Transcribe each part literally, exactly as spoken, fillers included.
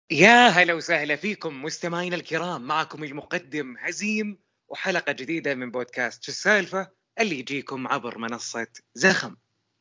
يا هلا وسهلا فيكم مستمعينا الكرام، معكم المقدم هزيم وحلقة جديدة من بودكاست شو السالفة اللي يجيكم عبر منصة زخم.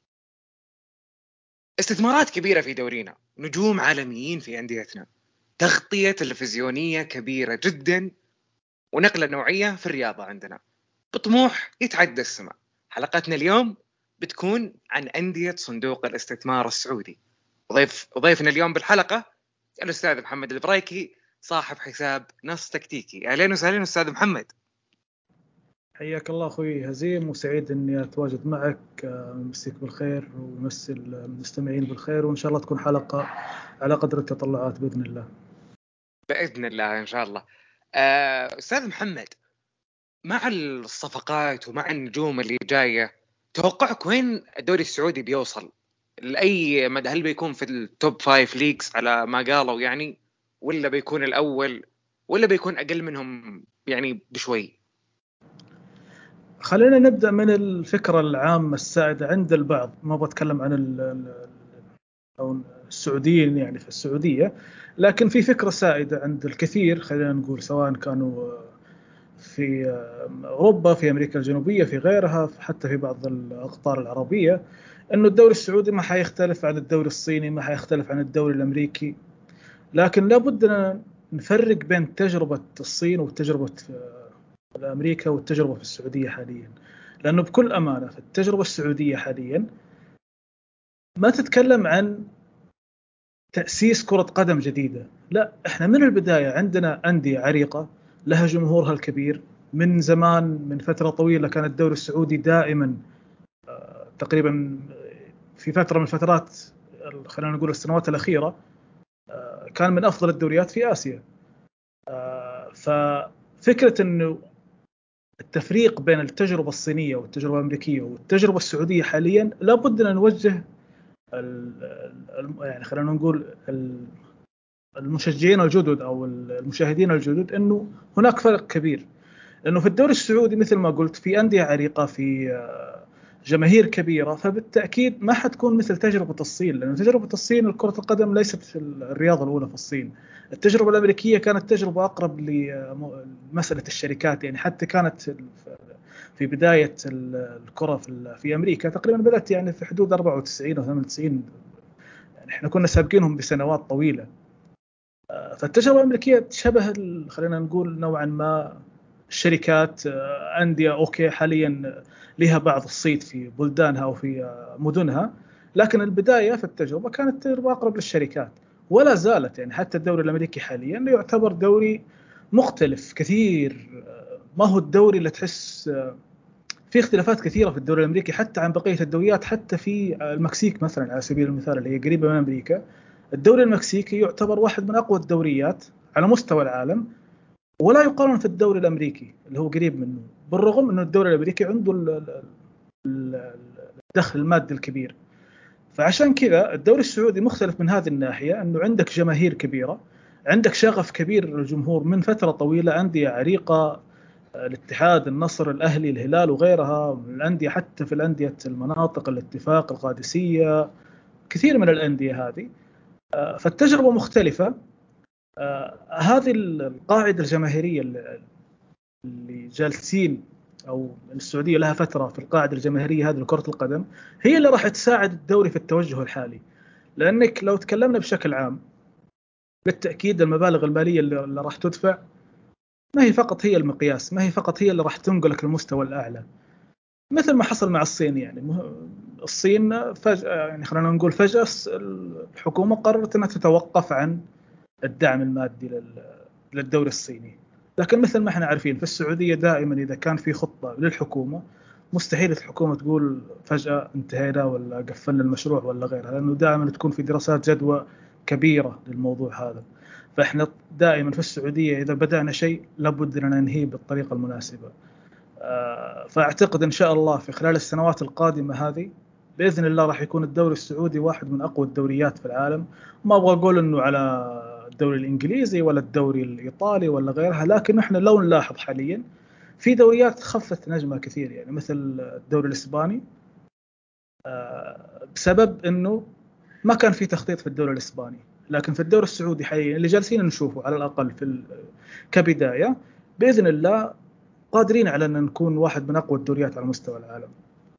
استثمارات كبيرة في دورينا، نجوم عالميين في أنديتنا، تغطية تلفزيونية كبيرة جدا، ونقلة نوعية في الرياضة عندنا بطموح يتعدى السماء. حلقتنا اليوم بتكون عن أندية صندوق الاستثمار السعودي. وضيف وضيفنا اليوم بالحلقة الأستاذ محمد البرايكي، صاحب حساب نص تكتيكي. أهلين وسهلين أستاذ محمد. حياك الله أخوي هزيم، وسعيد أني أتواجد معك. مسيك بالخير ومسي المستمعين بالخير، وإن شاء الله تكون حلقة على قدر التطلعات بإذن الله. بإذن الله إن شاء الله. آه، أستاذ محمد، مع الصفقات ومع النجوم اللي جاية، توقعك وين الدوري السعودي بيوصل؟ لأي مدى؟ هل بيكون في التوب فايف ليجز على ما قالوا يعني، ولا بيكون الأول، ولا بيكون أقل منهم يعني بشوي؟ خلينا نبدأ من الفكرة العامة السائدة عند البعض، ما بتكلم عن ال ال أو السعوديين يعني في السعودية، لكن في فكرة سائدة عند الكثير، خلينا نقول سواء كانوا في أوروبا، في أمريكا الجنوبية، في غيرها، حتى في بعض الأقطار العربية، إنه الدوري السعودي ما حيختلف عن الدوري الصيني، ما حيختلف عن الدوري الأمريكي. لكن لابد أن نفرق بين تجربة الصين وتجربة أمريكا والتجربة في السعودية حاليا، لأنه بكل أمانة في التجربة السعودية حاليا ما تتكلم عن تأسيس كرة قدم جديدة، لا، إحنا من البداية عندنا أندية عريقة لها جمهورها الكبير من زمان، من فترة طويلة كان الدوري السعودي دائما تقريبا في فترة من الفترات، خلينا نقول السنوات الأخيرة، كان من أفضل الدوريات في آسيا. ففكرة أنه التفريق بين التجربة الصينية والتجربة الأمريكية والتجربة السعودية حاليا لابد أن نوجه يعني خلينا نقول المشجعين الجدد أو المشاهدين الجدد أنه هناك فرق كبير، لأنه في الدوري السعودي مثل ما قلت في أندية عريقة، في جماهير كبيرة، فبالتأكيد ما حتكون مثل تجربة الصين، لأن تجربة الصين كرة القدم ليست الرياضة الأولى في الصين. التجربة الأمريكية كانت تجربة أقرب لمسألة الشركات، يعني حتى كانت في بداية الكرة في أمريكا تقريبا بدأت يعني في حدود أربعة وتسعين أو ثمانية وتسعين، يعني إحنا كنا سابقينهم بسنوات طويلة. فالتجربة الأمريكية شبه خلينا نقول نوعا ما الشركات، أندية أوكي حاليا لها بعض الصيت في بلدانها أو في مدنها، لكن البداية في التجربة كانت تجربة أقرب للشركات ولا زالت. يعني حتى الدوري الأمريكي حاليا يعتبر دوري مختلف كثير، ما هو الدوري اللي تحس في اختلافات كثيرة في الدوري الأمريكي حتى عن بقية الدوريات. حتى في المكسيك مثلا على سبيل المثال اللي هي قريبة من أمريكا، الدوري المكسيكي يعتبر واحد من أقوى الدوريات على مستوى العالم، ولا يقارن في الدوري الأمريكي اللي هو قريب منه، بالرغم أن الدوري الأمريكي عنده الدخل المادي الكبير. فعشان كذا الدوري السعودي مختلف من هذه الناحية، أنه عندك جماهير كبيرة، عندك شغف كبير للجمهور من فترة طويلة، أندية عريقة، الاتحاد، النصر، الأهلي، الهلال وغيرها من الأندية، حتى في الأندية المناطق، الاتفاق، القادسية، كثير من الأندية هذه. فالتجربة مختلفة. هذه القاعدة الجماهيرية اللي جالسين أو السعودية لها فترة في القاعدة الجماهيرية هذه لكرة القدم، هي اللي راح تساعد الدوري في التوجه الحالي. لأنك لو تكلمنا بشكل عام، بالتأكيد المبالغ المالية اللي راح تدفع ما هي فقط هي المقياس، ما هي فقط هي اللي راح تنقلك للمستوى الأعلى، مثل ما حصل مع الصين. يعني الصين فجأة، يعني خلينا نقول فجأة الحكومة قررت أنها تتوقف عن الدعم المادي للدوري الصيني. لكن مثل ما احنا عارفين في السعودية دائما إذا كان في خطة للحكومة، مستحيل الحكومة تقول فجأة انتهينا ولا قفلنا المشروع ولا غيرها، لأنه دائما تكون في دراسات جدوى كبيرة للموضوع هذا. فإحنا دائما في السعودية إذا بدأنا شيء لابد أن ننهيه بالطريقة المناسبة. فأعتقد إن شاء الله في خلال السنوات القادمة هذه بإذن الله راح يكون الدوري السعودي واحد من أقوى الدوريات في العالم. ما أبغى أقول إنه على الدوري الإنجليزي ولا الدوري الإيطالي ولا غيرها، لكن إحنا لو نلاحظ حاليا في دوريات خفت نجمة كثير، يعني مثل الدوري الإسباني، بسبب إنه ما كان في تخطيط في الدوري الإسباني. لكن في الدوري السعودي حاليا اللي جالسين نشوفه على الأقل في كبداية بإذن الله قادرين على أن نكون واحد من أقوى الدوريات على مستوى العالم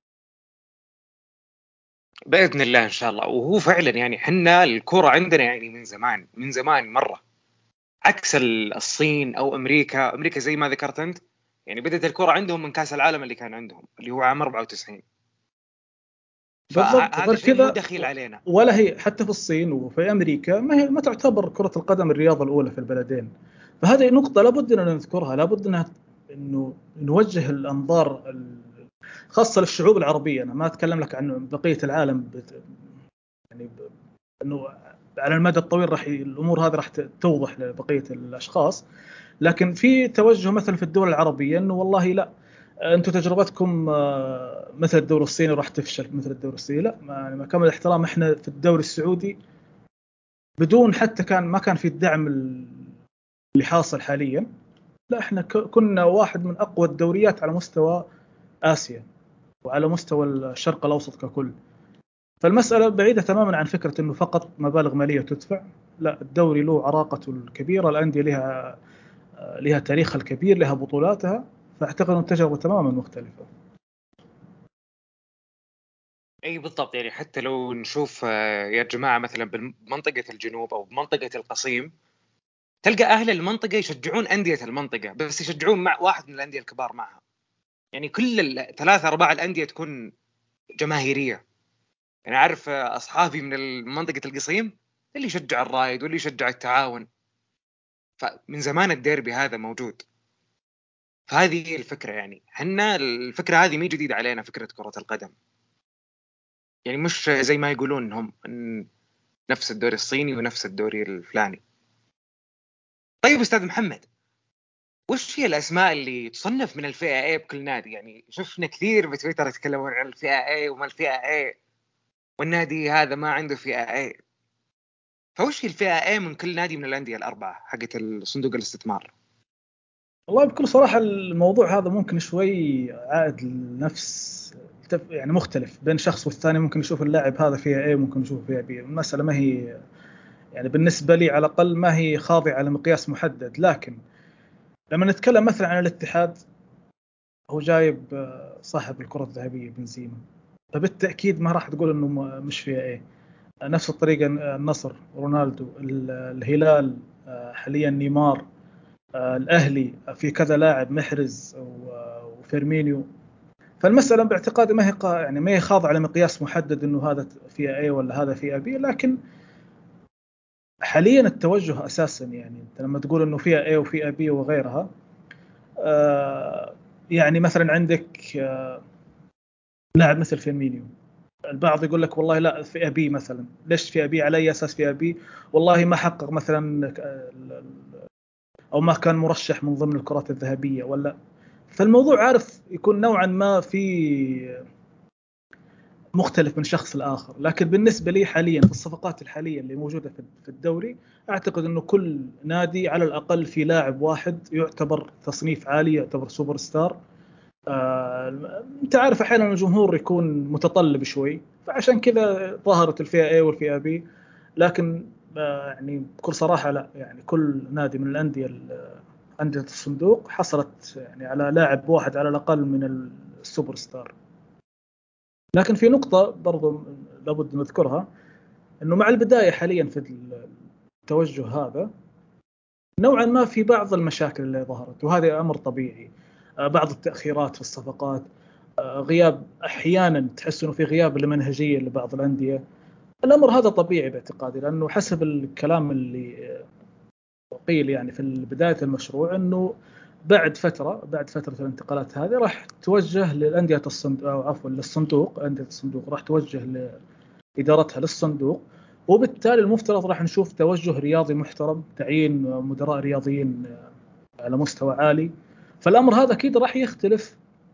بإذن الله إن شاء الله. وهو فعلا يعني حنا الكرة عندنا يعني من زمان من زمان مرة، عكس الصين أو أمريكا. أمريكا زي ما ذكرت أنت يعني بدأت الكرة عندهم من كأس العالم اللي كان عندهم اللي هو عام أربعة وتسعين، بالضبط. فهذا وغير شيء مو كذا دخيل علينا. ولا هي حتى في الصين وفي أمريكا ما هي ما تعتبر كرة القدم الرياضة الأولى في البلدين. فهذه نقطة لابد أن نذكرها، لابد أن إنه نوجه الأنظار خاصة للشعوب العربية. أنا ما أتكلم لك عن بقية العالم بت... يعني ب... إنه على المدى الطويل راح ي... الأمور هذه راح توضح لبقية الأشخاص، لكن في توجه مثلا في الدول العربية إنه والله لا أنتم تجربتكم مثل الدوري الصيني راح تفشل مثل الدوري الصيني. لا، ما كامل الاحترام، إحنا في الدوري السعودي بدون حتى كان ما كان في الدعم اللي حاصل حاليا، لا إحنا كنا واحد من أقوى الدوريات على مستوى آسيا وعلى مستوى الشرق الأوسط ككل. فالمسألة بعيدة تماما عن فكرة أنه فقط مبالغ مالية تدفع، لا، الدوري له عراقته الكبيرة، الأندية لها لها تاريخها الكبير، لها بطولاتها، فأعتقد أن التجربة تماما مختلفة. أي بالضبط. يعني حتى لو نشوف يا جماعة مثلا بمنطقة الجنوب أو بمنطقة القصيم، تلقى أهل المنطقة يشجعون أندية المنطقة، بس يشجعون مع واحد من الأندية الكبار معها. يعني كل الثلاثة أرباع الأندية تكون جماهيرية. يعني عارف أصحابي من منطقة القصيم اللي يشجع الرايد واللي يشجع التعاون، فمن زمان الديربي هذا موجود. فهذه الفكرة، يعني حنا الفكرة هذه مي جديدة علينا، فكرة كرة القدم. يعني مش زي ما يقولون انهم نفس الدوري الصيني ونفس الدوري الفلاني. طيب أستاذ محمد، وش هي الأسماء اللي تصنف من الفئة A بكل نادي؟ يعني شفنا كثير بتويتر يتكلمون عن الفئة A وما الفئة A، والنادي هذا ما عنده فئة A. فوش هي الفئة A من كل نادي من الأندية الأربعة حقت الصندوق الاستثمار؟ والله بكل صراحة الموضوع هذا ممكن شوي عائد لنفس يعني مختلف بين شخص والثاني. ممكن يشوف اللاعب هذا فيها A، ممكن يشوف فيها B. المسألة ما هي يعني بالنسبة لي على الأقل ما هي خاضعة لمقياس محدد. لكن لما نتكلم مثلا عن الاتحاد، هو جايب صاحب الكرة الذهبية بنزيما، فبالتأكيد ما راح تقول إنه مش فيها إيه. نفس الطريقة النصر رونالدو، الهلال حاليا نيمار، الأهلي في كذا لاعب محرز وفيرمينيو. فالمسألة باعتقادي ما هي يعني ما هي خاضعة لمقياس محدد إنه هذا فيها إيه ولا هذا فيها بي. لكن حاليا التوجه أساسا يعني أنت لما تقول إنه فيها إيه وفيها بي وغيرها، آه يعني مثلا عندك آه لاعب مثل فيرمينيو، البعض يقول لك والله لا في أبي مثلا، ليش في أبي، على أي أساس في أبي؟ والله ما حقق مثلا أو ما كان مرشح من ضمن الكرات الذهبية ولا. فالموضوع عارف يكون نوعا ما في مختلف من شخص لآخر. لكن بالنسبة لي حاليا في الصفقات الحالية اللي موجودة في الدوري، أعتقد أنه كل نادي على الأقل في لاعب واحد يعتبر تصنيف عالي، يعتبر سوبر ستار. آه، انت عارف احيانا الجمهور يكون متطلب شوي، فعشان كذا ظهرت الفئه A والفئه B. لكن آه، يعني بكل صراحه لا، يعني كل نادي من الانديه انديه الصندوق حصلت يعني على لاعب واحد على الاقل من السوبر ستار. لكن في نقطه برضو لابد نذكرها، انه مع البدايه حاليا في التوجه هذا نوعا ما في بعض المشاكل اللي ظهرت، وهذا امر طبيعي. بعض التاخيرات في الصفقات، غياب احيانا تحس انه في غياب لمنهجيه لبعض الانديه. الامر هذا طبيعي باعتقادي، لانه حسب الكلام اللي قيل يعني في بدايه المشروع انه بعد فتره بعد فتره الانتقالات هذه راح توجه للانديه الصندوق، او عفوا للصندوق، انديه الصندوق راح توجه لادارتها للصندوق. وبالتالي المفترض راح نشوف توجه رياضي محترم، تعيين مدراء رياضيين على مستوى عالي. فالامر هذا اكيد راح يختلف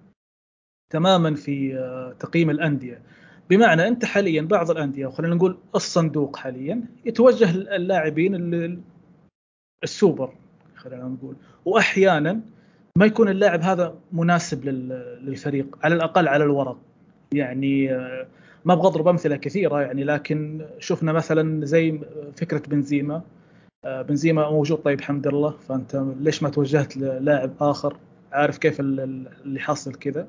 تماما في تقييم الأندية. بمعنى أنت حاليا بعض الأندية، وخلينا نقول الصندوق حاليا، يتوجه اللاعبين السوبر خلينا نقول، وأحيانا ما يكون اللاعب هذا مناسب للفريق على الأقل على الورق. يعني ما ابغى اضرب امثله كثيره يعني، لكن شفنا مثلا زي فكره بنزيما. بنزيما موجود، طيب الحمد لله، فانت ليش ما توجهت للاعب اخر؟ عارف كيف اللي حاصل كذا.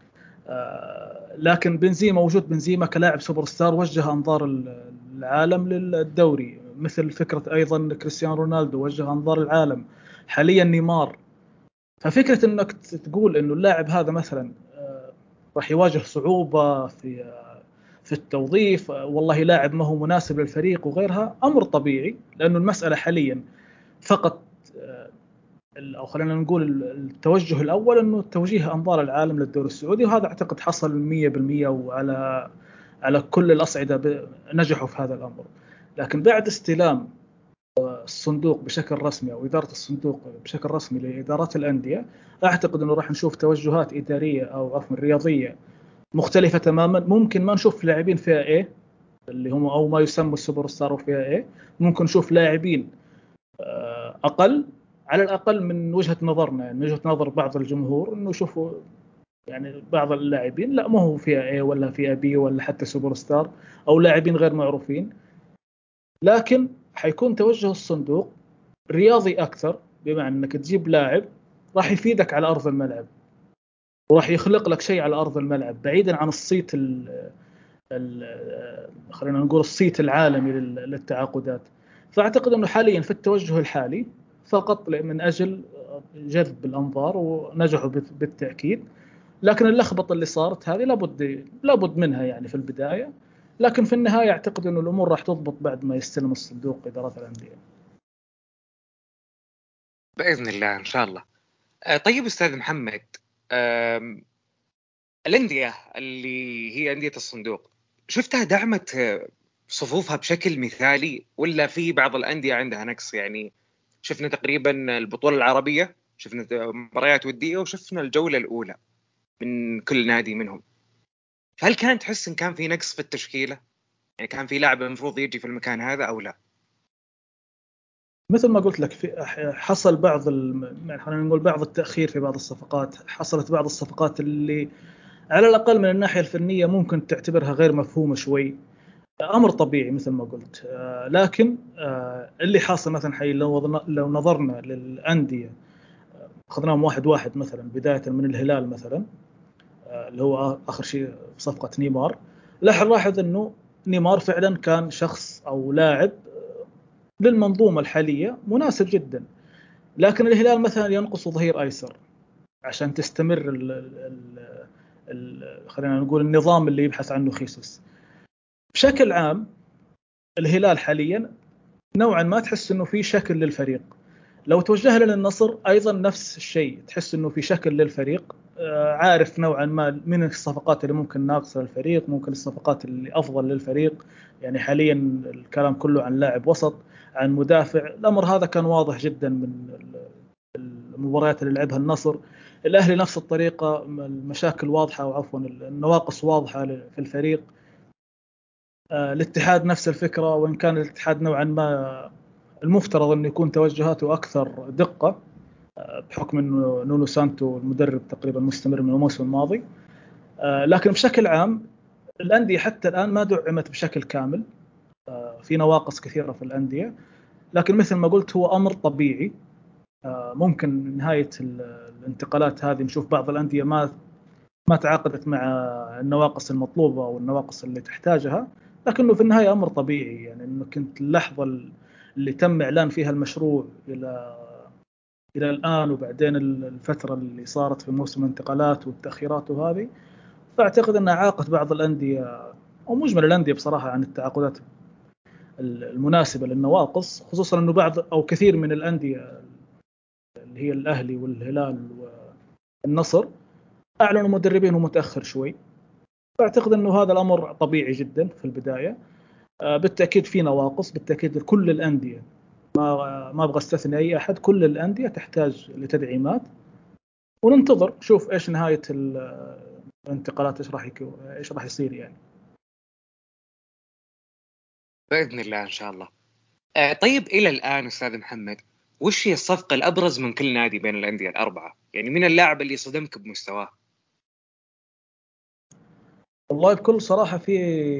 لكن بنزيما موجود، بنزيما كلاعب سوبر ستار وجه انظار العالم للدوري، مثل فكره ايضا كريستيانو رونالدو وجه انظار العالم، حاليا نيمار. ففكره انك تقول انه اللاعب هذا مثلا راح يواجه صعوبه في في التوظيف، والله لاعب ما هو مناسب للفريق وغيرها، امر طبيعي، لانه المساله حاليا فقط، او خلينا نقول التوجه الاول انه توجيه انظار العالم للدوري السعودي، وهذا اعتقد حصل مية بالمية، وعلى على كل الاصعده نجحوا في هذا الامر. لكن بعد استلام الصندوق بشكل رسمي او اداره الصندوق بشكل رسمي لادارات الانديه، اعتقد انه راح نشوف توجهات اداريه او عفوا رياضيه مختلفه تماما. ممكن ما نشوف لاعبين فئه ايه اللي هم او ما يسمى السوبر ستار وفئه ايه، ممكن نشوف لاعبين اقل، على الاقل من وجهه نظرنا، يعني من وجهه نظر بعض الجمهور، انه يشوفوا يعني بعض اللاعبين لا ما هو فيها ايه ولا فيها بي ولا حتى سوبر ستار، او لاعبين غير معروفين. لكن حيكون توجه الصندوق رياضي اكثر، بمعنى انك تجيب لاعب راح يفيدك على ارض الملعب، وراح يخلق لك شيء على ارض الملعب بعيدا عن الصيت ال ال خلينا نقول الصيت العالمي للتعاقدات. فاعتقد انه حاليا في التوجه الحالي فقط من اجل جذب الانظار، ونجحوا بالتاكيد. لكن اللخبطه اللي صارت هذه لابد لابد منها يعني في البدايه، لكن في النهايه اعتقد انه الامور راح تضبط بعد ما يستلم الصندوق ادارات الانديه. باذن الله ان شاء الله. آه، طيب استاذ محمد، آم، الانديه اللي هي انديه الصندوق شفتها دعمت آه، صفوفها بشكل مثالي، ولا في بعض الانديه عندها نقص؟ يعني شفنا تقريبا البطوله العربيه، شفنا مباريات وديه، وشفنا الجوله الاولى من كل نادي منهم. فهل كانت تحس ان كان في نقص في التشكيله؟ يعني كان في لاعب المفروض يجي في المكان هذا او لا؟ مثل ما قلت لك، في حصل بعض الم... يعني خلينا نقول بعض التاخير في بعض الصفقات، حصلت بعض الصفقات اللي على الاقل من الناحيه الفنيه ممكن تعتبرها غير مفهومه شوي، امر طبيعي مثل ما قلت. آه لكن آه اللي حاصل مثلا حي لو لو نظرنا للانديه، اخذناهم واحد واحد مثلا، بدايه من الهلال مثلا، آه اللي هو اخر شيء صفقه نيمار. لاحظ لاحظ انه نيمار فعلا كان شخص او لاعب للمنظومه الحاليه مناسب جدا، لكن الهلال مثلا ينقص ظهير ايسر عشان تستمر ال ال ال خلينا نقول النظام اللي يبحث عنه خيسوس. بشكل عام الهلال حاليا نوعا ما تحس انه في شكل للفريق. لو توجه للنصر ايضا نفس الشيء، تحس انه في شكل للفريق، عارف نوعا ما من الصفقات اللي ممكن ناقصه للفريق، ممكن الصفقات اللي افضل للفريق. يعني حاليا الكلام كله عن لاعب وسط، عن مدافع. الامر هذا كان واضح جدا من المباريات اللي لعبها النصر. الاهلي نفس الطريقه، المشاكل واضحه، او عفوا النواقص واضحه في الفريق. الاتحاد نفس الفكره، وان كان الاتحاد نوعا ما المفترض انه يكون توجهاته اكثر دقه، بحكم انه نونو سانتو المدرب تقريبا مستمر من الموسم الماضي. لكن بشكل عام الانديه حتى الان ما دعمت بشكل كامل، في نواقص كثيره في الانديه. لكن مثل ما قلت هو امر طبيعي. ممكن نهايه الانتقالات هذه نشوف بعض الانديه ما ما تعاقدت مع النواقص المطلوبه او النواقص اللي تحتاجها، لكنه في النهايه امر طبيعي. يعني انه كنت اللحظه اللي تم اعلان فيها المشروع الى الى الان، وبعدين الفتره اللي صارت في موسم الانتقالات والتاخيرات وهذه، فاعتقد انها عاقت بعض الانديه او مجمل الانديه بصراحه عن التعاقدات المناسبه للنواقص، خصوصا انه بعض او كثير من الانديه اللي هي الاهلي والهلال والنصر اعلنوا مدربينهم متاخر شوي. فاعتقد انه هذا الامر طبيعي جدا في البدايه. بالتاكيد في نواقص، بالتاكيد كل الانديه، ما ما ابغى استثني اي احد، كل الانديه تحتاج لتدعيمات. وننتظر شوف ايش نهايه الانتقالات، ايش راح يكون، ايش راح يصير يعني. باذن الله ان شاء الله. آه، طيب الى الان استاذ محمد، وش هي الصفقه الابرز من كل نادي بين الانديه الاربعه؟ يعني من اللاعب اللي صدمك بمستواه؟ والله بكل صراحة في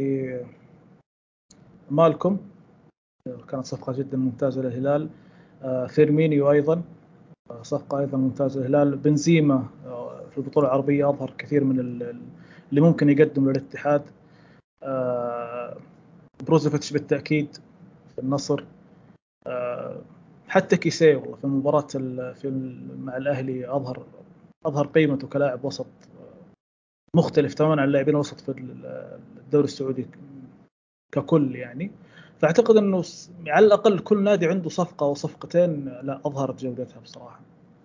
مالكم كانت صفقة جدا ممتازة للهلال. آه، فيرمينيو أيضا آه، صفقة أيضا ممتازة للهلال. بنزيما آه، في البطولة العربية أظهر كثير من ال- اللي ممكن يقدم للاتحاد. آه، بروزوفيتش بالتأكيد في النصر. آه، حتى كيسيه والله في مباراة ال- في ال- مع الأهلي أظهر أظهر قيمته كلاعب وسط مختلف تماما عن اللاعبين الوسط في ال- الدوري السعودي ككل يعني. فأعتقد أنه س- على الأقل كل نادي عنده صفقة أو صفقتين لا أظهرت جودتها بصراحة.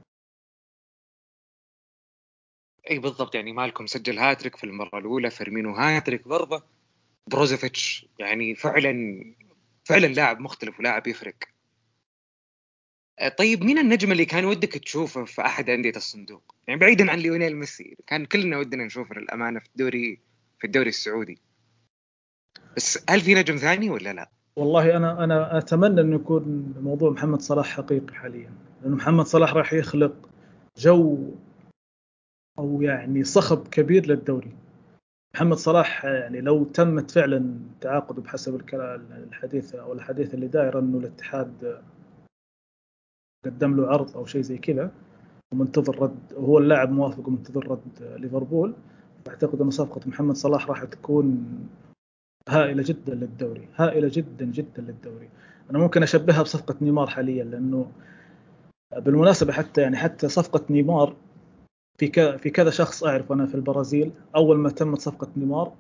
اي بالضبط، يعني مالكم سجل هاتريك في المره الاولى، فيرمينو هاتريك برضه، بروزوفيتش يعني فعلا فعلا لاعب مختلف ولاعب يفرق. آه، طيب مين النجم اللي كان ودك تشوفه في احد انديه الصندوق؟ يعني بعيدا عن ليونيل ميسي، كان كلنا ودنا نشوفه للامانه في الدوري في الدوري السعودي، بس هل في نجم ثاني ولا لا؟ والله أنا أنا أتمنى أنه يكون موضوع محمد صلاح حقيقي حاليا، لأن محمد صلاح راح يخلق جو أو يعني صخب كبير للدوري. محمد صلاح يعني لو تمت فعلا تعاقده بحسب الكلام الحديث أو الحديث اللي داير أنه الاتحاد قدم له عرض أو شيء زي كذا ومنتظر رد، وهو اللاعب موافق ومنتظر رد ليفربول، أعتقد أن صفقة محمد صلاح راح تكون هائلة جدا للدوري، هائلة جدا جدا للدوري. أنا ممكن أشبهها بصفقة نيمار حاليا، لأنه بالمناسبة حتى يعني حتى صفقة نيمار في ك- في كذا شخص أعرف أنا في البرازيل أول ما تمت صفقة نيمار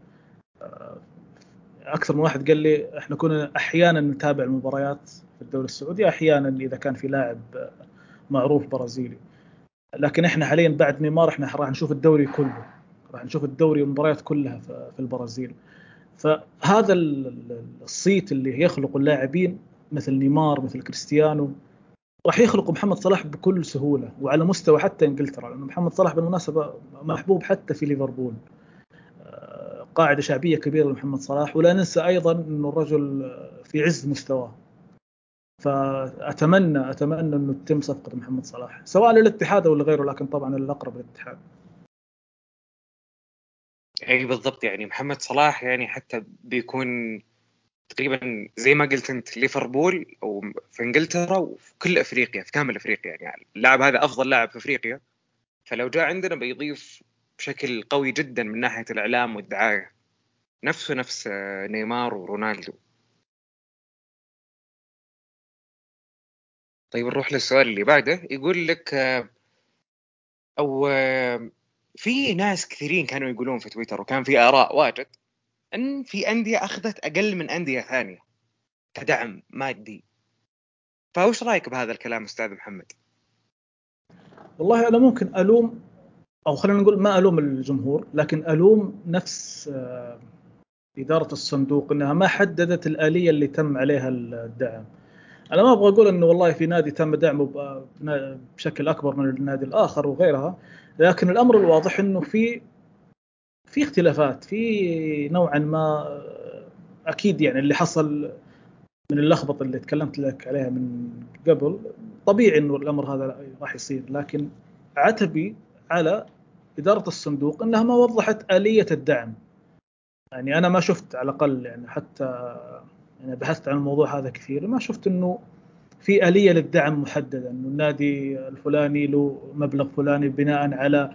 أكثر من واحد قال لي إحنا كنا أحيانا نتابع المباريات في الدوري السعودي أحيانا إذا كان في لاعب معروف برازيلي، لكن إحنا حاليا بعد نيمار إحنا راح نشوف الدوري كله، راح نشوف الدوري والمباريات كلها في في البرازيل. فهذا الصيت اللي يخلق اللاعبين مثل نيمار مثل كريستيانو راح يخلق محمد صلاح بكل سهولة وعلى مستوى حتى إنجلترا، لأنه محمد صلاح بالمناسبة محبوب حتى في ليفربول، قاعدة شعبية كبيرة لمحمد صلاح، ولا ننسى أيضا أنه الرجل في عز مستواه. فأتمنى أتمنى أنه تتم صفقة محمد صلاح سواء للاتحاد أو لغيره، لكن طبعا الأقرب للاتحاد. اي بالضبط، يعني محمد صلاح يعني حتى بيكون تقريبا زي ما قلت انت ليفربول او في انجلترا وفي كل افريقيا، في كامل افريقيا، يعني اللاعب هذا افضل لاعب في افريقيا، فلو جاء عندنا بيضيف بشكل قوي جدا من ناحيه الاعلام والدعايه، نفسه نفس آه، نيمار ورونالدو. طيب نروح للسؤال اللي بعده، يقول لك آه، او آه، في ناس كثيرين كانوا يقولون في تويتر وكان في اراء واجد ان في انديه اخذت اقل من انديه ثانيه كدعم مادي، فوش رايك بهذا الكلام استاذ محمد؟ والله أنا ممكن ألوم أو خلينا نقول ما ألوم الجمهور، لكن ألوم نفس آه، إدارة الصندوق أنها ما حددت الآلية اللي تم عليها الدعم. أنا ما أبغى أقول أنه والله في نادي تم دعمه ب- بشكل أكبر من النادي الآخر وغيرها، لكن الأمر الواضح أنه في في اختلافات في نوعا ما. أكيد يعني اللي حصل من اللخبطة اللي تكلمت لك عليها من قبل طبيعي أنه الأمر هذا راح يصير، لكن عتبي على إدارة الصندوق أنها ما وضحت آلية الدعم. يعني أنا ما شفت على الأقل يعني حتى يعني بحثت عن الموضوع هذا كثير، ما شفت أنه في آلية للدعم محددة أنه النادي الفلاني له مبلغ فلاني بناء على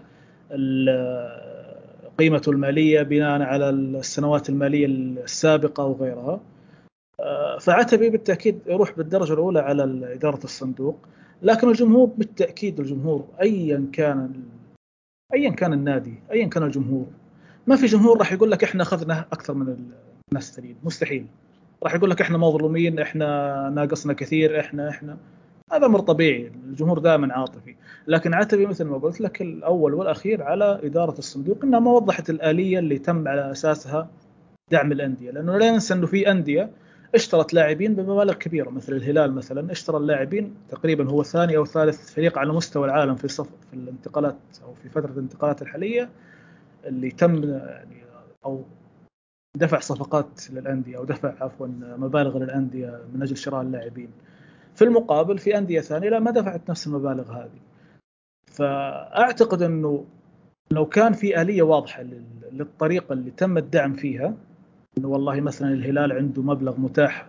قيمته المالية بناء على السنوات المالية السابقة وغيرها. فعتبي بالتأكيد يروح بالدرجة الأولى على إدارة الصندوق، لكن الجمهور بالتأكيد الجمهور أيا كان أيا كان النادي أيا كان الجمهور، ما في جمهور راح يقول لك إحنا أخذنا أكثر من الناس الثانيين، مستحيل. راح يقول لك إحنا مظلومين، إحنا ناقصنا كثير، إحنا إحنا هذا أمر طبيعي، الجمهور دائما عاطفي. لكن عتبي مثل ما قلت لك الأول والأخير على إدارة الصندوق إنها ما وضحت الآلية اللي تم على أساسها دعم الأندية، لأنه لا ننسى أنه في أندية اشترت لاعبين بمبالغ كبيرة، مثل الهلال مثلا اشترى اللاعبين تقريبا هو ثاني أو ثالث فريق على مستوى العالم في صف في الانتقالات أو في فترة الانتقالات الحالية اللي تم يعني أو دفع صفقات للأندية أو دفع عفوا مبالغ للأندية من أجل شراء اللاعبين. في المقابل في أندية ثانية لا ما دفعت نفس المبالغ هذه. فأعتقد أنه لو كان في آلية واضحة للطريقة اللي تم الدعم فيها، إنه والله مثلا الهلال عنده مبلغ متاح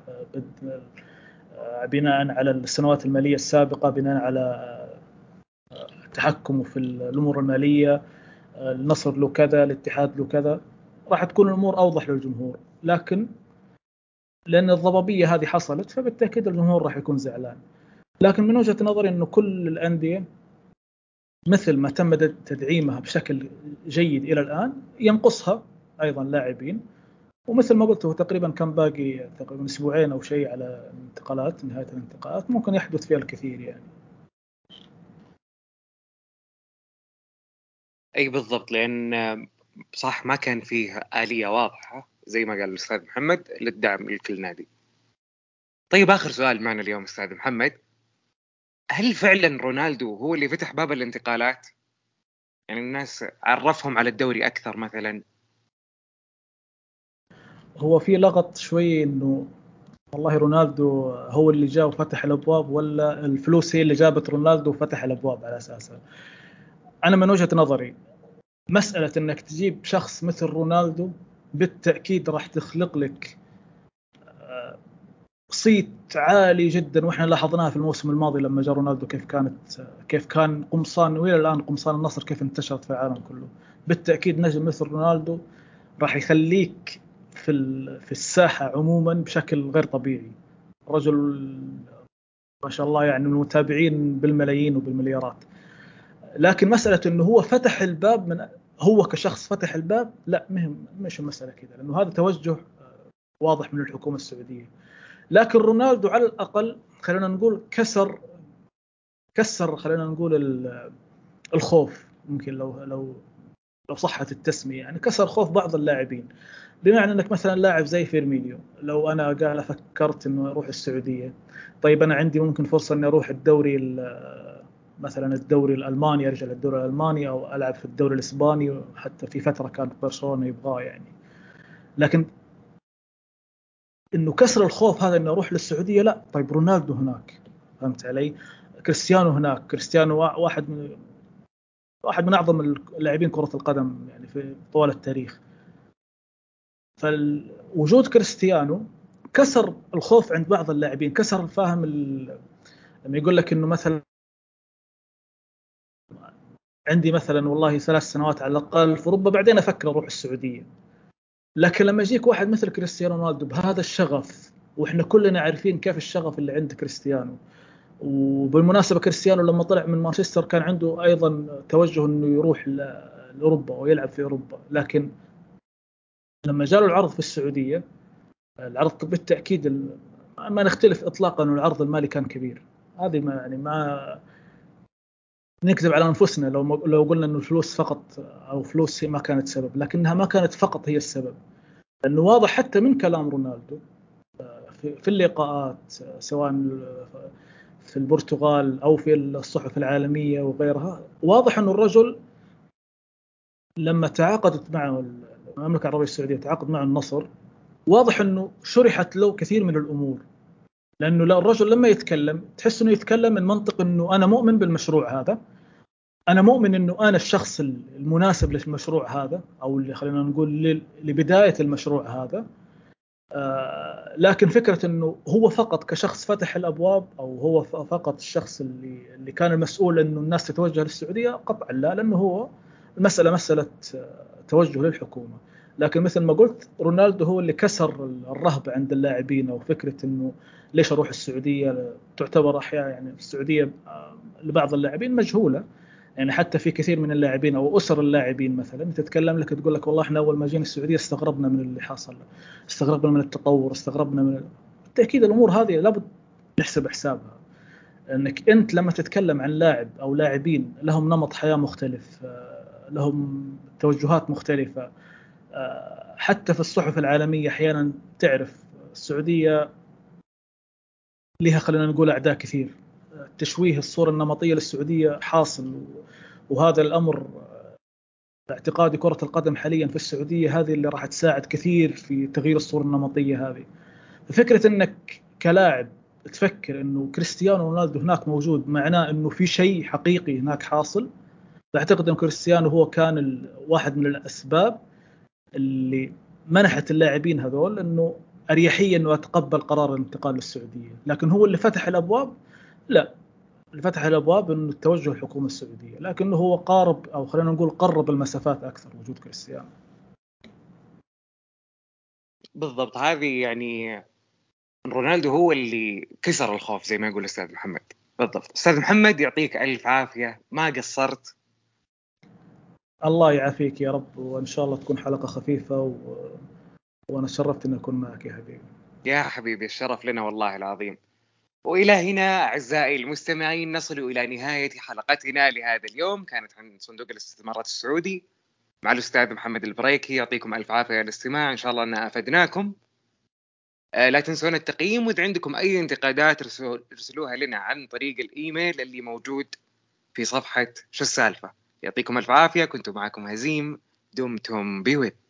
بناء على السنوات المالية السابقة، بناء على تحكمه في الأمور المالية، النصر له كذا، الاتحاد له كذا، راح تكون الأمور أوضح للجمهور. لكن لأن الضبابية هذه حصلت، فبالتأكيد الجمهور راح يكون زعلان. لكن من وجهة نظري أنه كل الأندية مثل ما تم تدعيمها بشكل جيد إلى الآن، ينقصها أيضا لاعبين. ومثل ما قلت، هو تقريبا كان باقي تقريبا أسبوعين أو شيء على الانتقالات، نهاية الانتقالات ممكن يحدث فيها الكثير يعني. اي بالضبط، لان صح ما كان فيه آلية واضحة زي ما قال الأستاذ محمد للدعم لكل نادي. طيب آخر سؤال معنا اليوم أستاذ محمد، هل فعلا رونالدو هو اللي فتح باب الانتقالات؟ يعني الناس عرفهم على الدوري أكثر مثلا. هو في لغط شوي إنه والله رونالدو هو اللي جاء وفتح الأبواب، ولا الفلوس هي اللي جابت رونالدو وفتح الأبواب على أساسها. أنا من وجهة نظري مسألة أنك تجيب شخص مثل رونالدو بالتأكيد راح تخلق لك صيت عالي جدا، واحنا لاحظناها في الموسم الماضي لما جاء رونالدو كيف كانت كيف كان قمصان، والى الان قمصان النصر كيف انتشرت في العالم كله. بالتاكيد نجم مثل رونالدو راح يخليك في في الساحه عموما بشكل غير طبيعي. رجل ما شاء الله يعني المتابعين بالملايين وبالمليارات. لكن مساله انه هو فتح الباب، من هو كشخص فتح الباب، لا مهم مش المساله كذا، لانه هذا توجه واضح من الحكومه السعوديه. لكن رونالدو على الأقل خلينا نقول كسر كسر خلينا نقول الخوف، ممكن لو لو لو صحت التسمية، يعني كسر خوف بعض اللاعبين. بمعنى أنك مثلا لاعب زي فيرمينيو، لو أنا قال فكرت إنه أروح السعودية، طيب أنا عندي ممكن فرصة إني أروح الدوري مثلا الدوري الألماني، أرجع للدوري الألماني، أو ألعب في الدوري الإسباني، حتى في فترة كان برشلونة يبغاه يعني. لكن انه كسر الخوف هذا انه اروح للسعوديه، لا طيب رونالدو هناك، فهمت علي؟ كريستيانو هناك، كريستيانو واحد من واحد من اعظم اللاعبين كره القدم يعني في طوال التاريخ. فوجود كريستيانو كسر الخوف عند بعض اللاعبين، كسر الفهم ال... لما يقول لك انه مثلا عندي مثلا والله ثلاث سنوات على الاقل في اوروبا بعدين افكر اروح السعوديه. لكن لما يجيك واحد مثل كريستيانو رونالدو بهذا الشغف، واحنا كلنا عارفين كيف الشغف اللي عند كريستيانو. وبالمناسبة كريستيانو لما طلع من مانشستر كان عنده أيضا توجه أنه يروح لأوروبا ويلعب في أوروبا، لكن لما جاء العرض في السعودية، العرض بالتأكيد ما نختلف إطلاقا أنه العرض المالي كان كبير. هذه ما يعني ما نكذب على أنفسنا لو لو قلنا أنه الفلوس فقط أو فلوس ما كانت سبب، لكنها ما كانت فقط هي السبب. لأنه واضح حتى من كلام رونالدو في اللقاءات، سواء في البرتغال أو في الصحف العالمية وغيرها، واضح أن الرجل لما تعاقدت معه المملكة العربية السعودية، تعاقد مع النصر، واضح أنه شرحت له كثير من الأمور. لأنه الرجل لما يتكلم تحس أنه يتكلم من منطق أنه أنا مؤمن بالمشروع هذا، أنا مؤمن أنه أنا الشخص المناسب للمشروع هذا، أو اللي خلينا نقول لبداية المشروع هذا. آه لكن فكرة أنه هو فقط كشخص فتح الأبواب، أو هو فقط الشخص اللي اللي كان المسؤول أنه الناس تتوجه للسعودية، قطعا لا، لأنه هو المسألة مسألة توجه للحكومة. لكن مثل ما قلت رونالدو هو اللي كسر الرهبة عند اللاعبين، أو فكرة أنه ليش أروح السعودية. تعتبر أحيانا يعني السعودية لبعض اللاعبين مجهولة، يعني حتى في كثير من اللاعبين او اسر اللاعبين مثلا تتكلم لك تقول لك والله احنا اول ما جينا السعوديه استغربنا من اللي حصل، استغربنا من التطور، استغربنا من بالتاكيد الامور هذه لابد نحسب حسابها. انك انت لما تتكلم عن لاعب او لاعبين لهم نمط حياه مختلف، لهم توجهات مختلفه، حتى في الصحف العالميه احيانا تعرف السعوديه لها خلينا نقول اعداء كثير. تشويه الصوره النمطيه للسعوديه حاصل، وهذا الامر باعتقادي كرة القدم حاليا في السعودية هذه اللي راح تساعد كثير في تغيير الصورة النمطية هذه. فكرة انك كلاعب تفكر انه كريستيانو رونالدو هناك موجود، معناه انه في شيء حقيقي هناك حاصل، فأعتقد أن كريستيانو هو كان ال- واحد من الأسباب اللي منحت اللاعبين هذول أنه أريحية أنه أتقبل قرار الانتقال للسعودية. لكن هو اللي فتح الأبواب؟ لا، اللي فتح الأبواب أنه التوجه الحكومة السعودية، لكنه هو قارب، أو خلينا نقول قرب المسافات أكثر وجود كريستيانو. بالضبط، هذه يعني رونالدو هو اللي كسر الخوف زي ما يقول الأستاذ محمد. بالضبط أستاذ محمد، يعطيك ألف عافية، ما قصرت. الله يعافيك يا رب، وإن شاء الله تكون حلقة خفيفة و... وأنا تشرفت أن أكون معك يا حبيبي. يا حبيبي الشرف لنا والله العظيم. وإلى هنا أعزائي المستمعين نصل إلى نهاية حلقتنا لهذا اليوم، كانت عن صندوق الاستثمارات السعودي مع الأستاذ محمد البريكي. يعطيكم ألف عافية على الاستماع، إن شاء الله أن أفدناكم. آه، لا تنسون التقييم، وإذا عندكم أي انتقادات ارسلوها لنا عن طريق الإيميل اللي موجود في صفحة شو السالفة. يعطيكم ألف عافية، كنت معكم هزيم، دمتم بود.